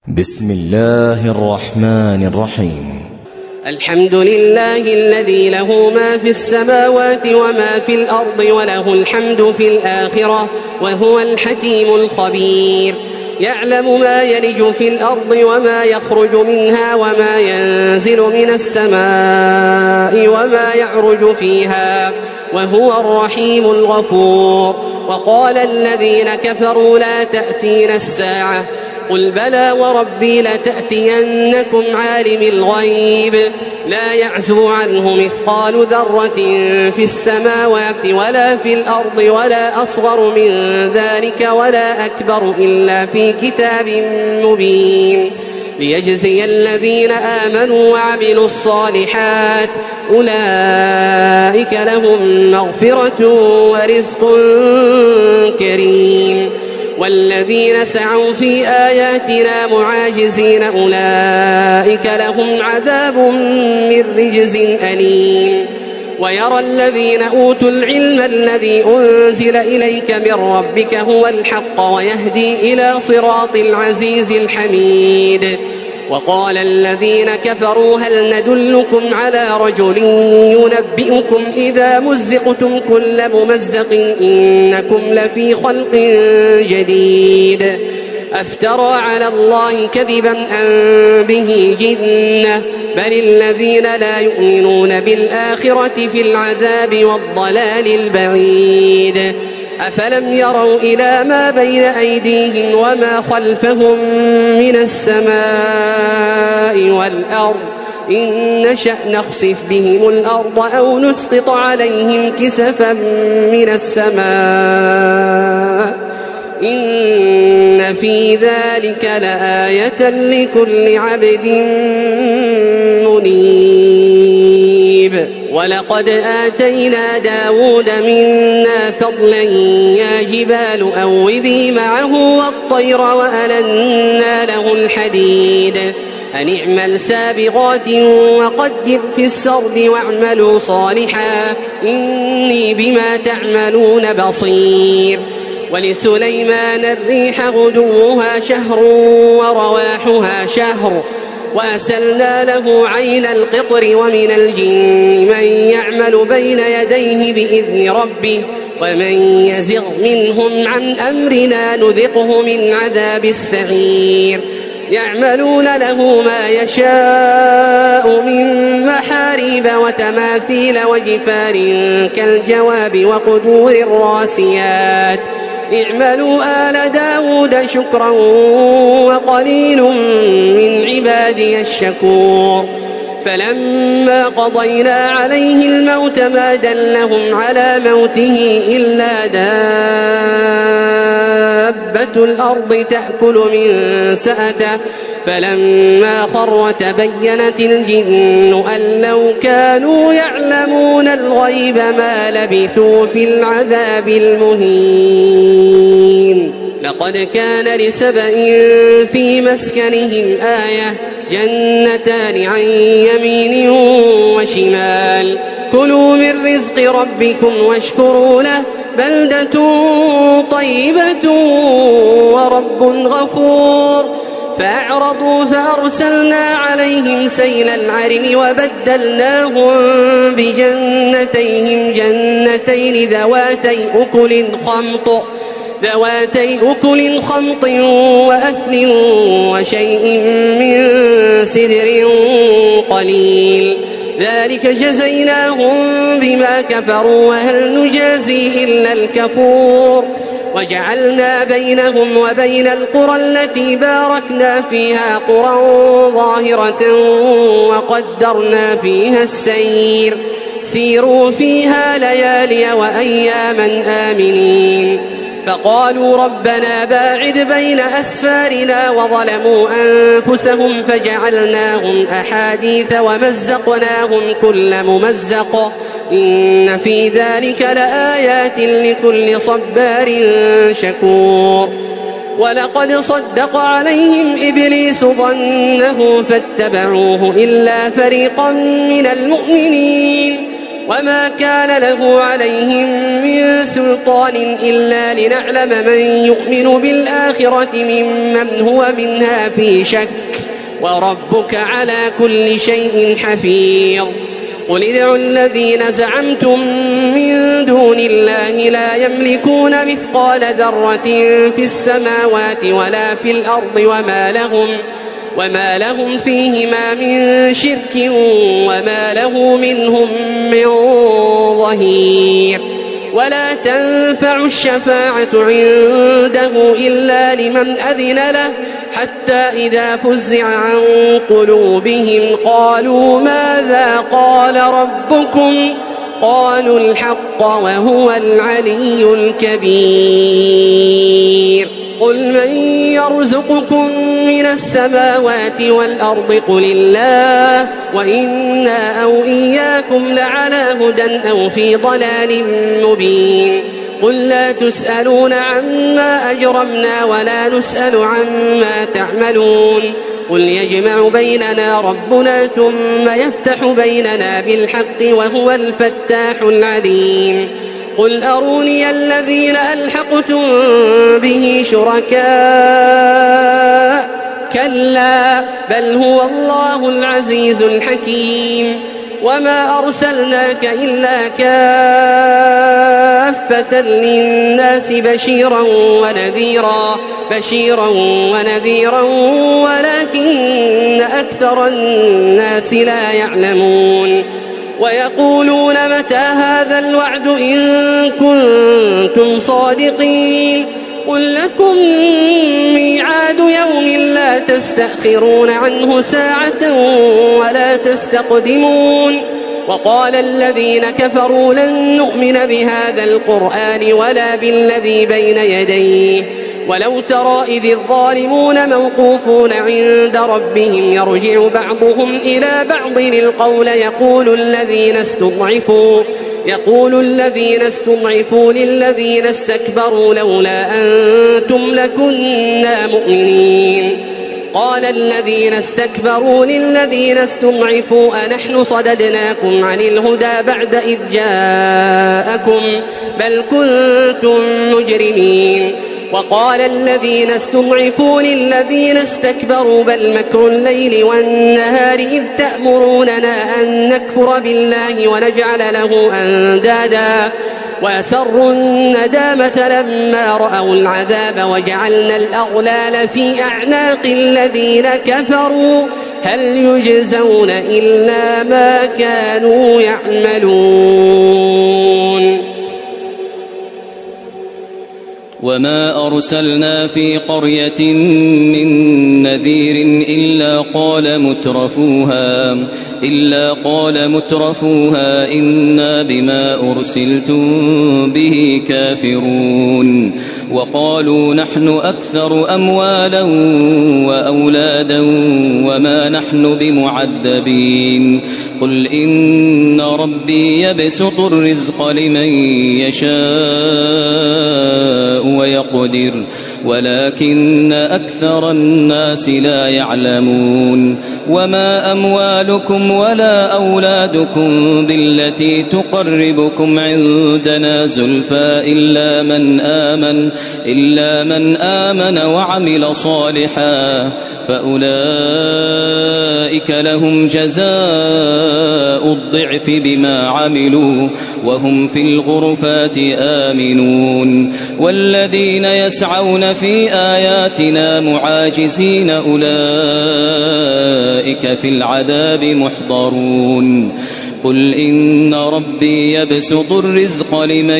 بسم الله الرحمن الرحيم. الحمد لله الذي له ما في السماوات وما في الأرض وله الحمد في الآخرة وهو الحكيم الخبير. يعلم ما يلج في الأرض وما يخرج منها وما ينزل من السماء وما يعرج فيها وهو الرحيم الغفور. وقال الذين كفروا لا تأتينا الساعة قل بلى وربي لتأتينكم عالم الغيب لا يعزب عنه مثقال ذرة في السماوات ولا في الأرض ولا أصغر من ذلك ولا أكبر إلا في كتاب مبين ليجزي الذين آمنوا وعملوا الصالحات أولئك لهم مغفرة ورزق كريم. والذين سعوا في آياتنا معاجزين أولئك لهم عذاب من رجز أليم. ويرى الذين أوتوا العلم الذي أنزل إليك من ربك هو الحق ويهدي إلى صراط العزيز الحميد. وقال الذين كفروا هل ندلكم على رجل ينبئكم إذا مزقتم كل ممزق إنكم لفي خلق جديد أفترى على الله كذبا أم به جنة بل الذين لا يؤمنون بالآخرة في العذاب والضلال البعيد. أفلم يروا إلى ما بين أيديهم وما خلفهم من السماء والأرض إن نشأ نخسف بهم الأرض أو نسقط عليهم كسفا من السماء إن في ذلك لآية لكل عبد منيب. ولقد آتينا داود منا فضلا يا جبال أوبي معه والطير وألنا له الحديد أن اعمل سابغات وقدر في السرد واعملوا صالحا إني بما تعملون بصير. ولسليمان الريح غدوها شهر ورواحها شهر وأسلنا له عين القطر ومن الجن من يعمل بين يديه بإذن ربه ومن يزغ منهم عن أمرنا نذقه من عذاب السعير. يعملون له ما يشاء من محاريب وتماثيل وجفار كالجواب وقدور الراسيات اعملوا آل داود شكرا وقليل من عبادي الشكور. فلما قضينا عليه الموت ما دلهم على موته إلا دابة الأرض تأكل من سأته فلما خر تبينت الجن أن لو كانوا يعلمون الغيب ما لبثوا في العذاب المهين. لقد كان لسبإ في مسكنهم آية جنتان عن يمين وشمال كلوا من رزق ربكم واشكروا له بلدة طيبة ورب غفور. فأعرضوا فأرسلنا عليهم سيل العرم وبدلناهم بجنتيهم جنتين ذواتي أكل خمط وأثل وشيء من سدر قليل ذلك جزيناهم بما كفروا وهل نجازي إلا الكفور. وجعلنا بينهم وبين القرى التي باركنا فيها قرى ظاهرة وقدرنا فيها السير سيروا فيها ليالي وأياما آمنين. فقالوا ربنا باعد بين أسفارنا وظلموا أنفسهم فجعلناهم أحاديث ومزقناهم كل ممزق إن في ذلك لآيات لكل صبار شكور. ولقد صدق عليهم إبليس ظنه فاتبعوه إلا فريقا من المؤمنين وما كان له عليهم من سلطان إلا لنعلم من يؤمن بالآخرة ممن هو منها في شك وربك على كل شيء حفيظ قل ادعوا الذين زعمتم من دون الله لا يملكون مثقال ذرة في السماوات ولا في الأرض وما لهم فيهما من شرك وما له منهم من ظهير ولا تنفع الشفاعة عنده إلا لمن أذن له حتى إذا فزع عن قلوبهم قالوا ماذا قال ربكم قالوا الحق وهو العلي الكبير قل من يرزقكم من السماوات والأرض قل الله وإنا أو إياكم لعلى هدى أو في ضلال مبين قل لا تسألون عما أجرمنا ولا نسأل عما تعملون قل يجمع بيننا ربنا ثم يفتح بيننا بالحق وهو الفتاح العليم قل أروني الذين ألحقتم به شركاء كلا بل هو الله العزيز الحكيم وما أرسلناك إلا كافة للناس بشيرا ونذيرا ولكن أكثر الناس لا يعلمون ويقولون متى هذا الوعد إن كنتم صادقين قل لكم ميعاد يوم لا تستأخرون عنه ساعة ولا تستقدمون وقال الذين كفروا لن نؤمن بهذا القرآن ولا بالذي بين يديه ولو ترى إذ الظالمون موقوفون عند ربهم يرجع بعضهم إلى بعض القول يقول الذين استضعفوا للذين استكبروا لولا أنتم لكنا مؤمنين قال الذين استكبروا للذين استضعفوا أنحن صددناكم عن الهدى بعد إذ جاءكم بل كنتم مجرمين وقال الذين استضعفوا للذين استكبروا بل مكر الليل والنهار إذ تأمروننا أن نكفر بالله ونجعل له أندادا وأسروا الندامة لما رأوا العذاب وجعلنا الأغلال في أعناق الذين كفروا هل يجزون إلا ما كانوا يعملون وما أرسلنا في قرية من نذير إلا قال مترفوها إنا بما أرسلتم به كافرون وقالوا نحن أكثر أموالا وأولادا وما نحن بمعذبين قل إن ربي يبسط الرزق لمن يشاء ويقدر ولكن أكثر الناس لا يعلمون وما أموالكم ولا أولادكم بالتي تقربكم عندنا زلفى إلا من آمن وعمل صالحا فأولئك لهم جزاء الضعف بما عملوا وهم في الغرفات آمنون والذين يسعون في آياتنا معاجزين أولئك في العذاب محضرون قل إن ربي يبسط الرزق لمن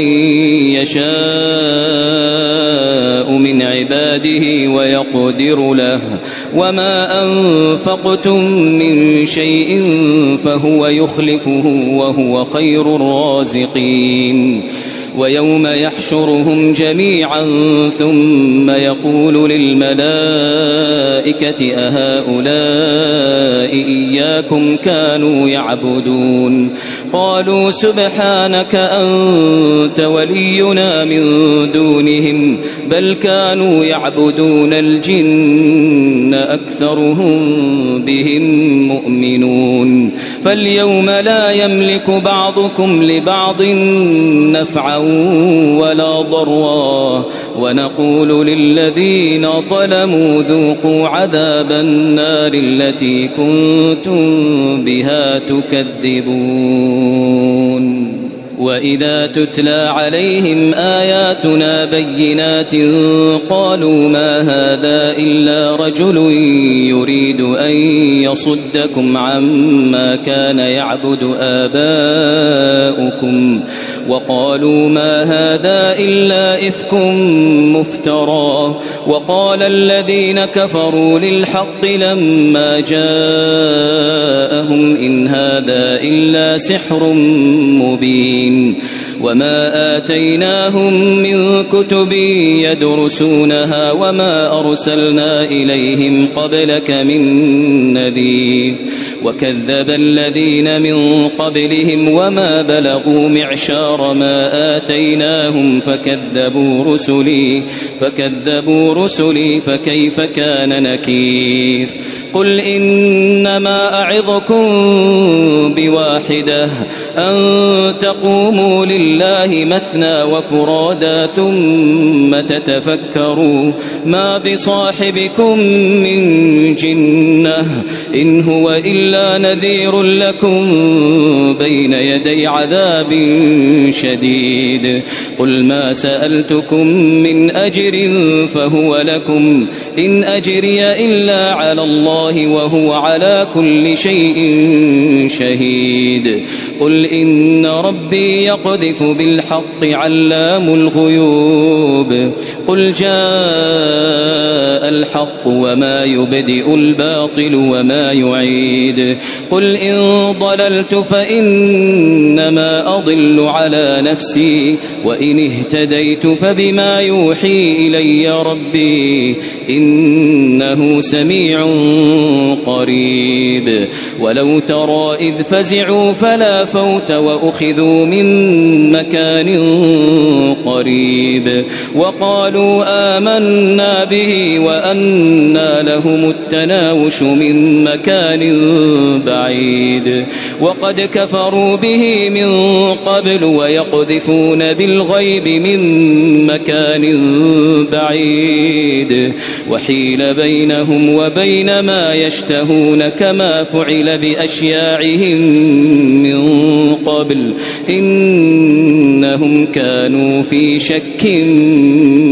يشاء من عباده ويقدر له وما أنفقتم من شيء فهو يخلفه وهو خير الرازقين ويوم يحشرهم جميعا ثم يقول للملائكة أهؤلاء إياكم كانوا يعبدون قالوا سبحانك أنت ولينا من دونهم بل كانوا يعبدون الجن أكثرهم بهم مؤمنون فاليوم لا يملك بعضكم لبعض نفعا ولا ضرا ونقول للذين ظلموا ذوقوا عذاب النار التي كنتم بها تكذبون وإذا تتلى عليهم آياتنا بينات قالوا ما هذا إلا رجل يريد أن يصدكم عما كان يعبد آباؤكم وقالوا ما هذا إلا إفك مفترى وقال الذين كفروا للحق لما جاءهم إن هذا إلا سحر مبين وما آتيناهم من كتب يدرسونها وما أرسلنا إليهم قبلك من نذير وكذب الذين من قبلهم وما بلغوا معشار ما آتيناهم فكذبوا رسلي فكيف كان نكير قل إنما أعظكم بواحدة أن تقوموا لله مثنى وفرادا ثم تتفكروا ما بصاحبكم من جنة إن هو إلا نذير لكم بين يدي عذاب شديد قل ما سألتكم من أجر فهو لكم إن أجري إلا على الله وهو على كل شيء شهيد قل إن ربي يقذف بالحق علام الغيوب قل جاء الحق وما يبدئ الباطل وما يعيد قل إن ضللت فإنما أضل على نفسي وإن اهتديت فبما يوحي إلي ربي إنه سميع قريب ولو ترى إذ فزعوا فلا فوت وأخذوا من مكان قريب وقالوا آمنا به وأنى لهم التناوش من مكان بعيد وقد كفروا به من قبل ويقذفون بالغيب من مكان بعيد وحيل بينهم وبين ما يشتهون كما فعل بأشياعهم من قبل إنهم كانوا في شك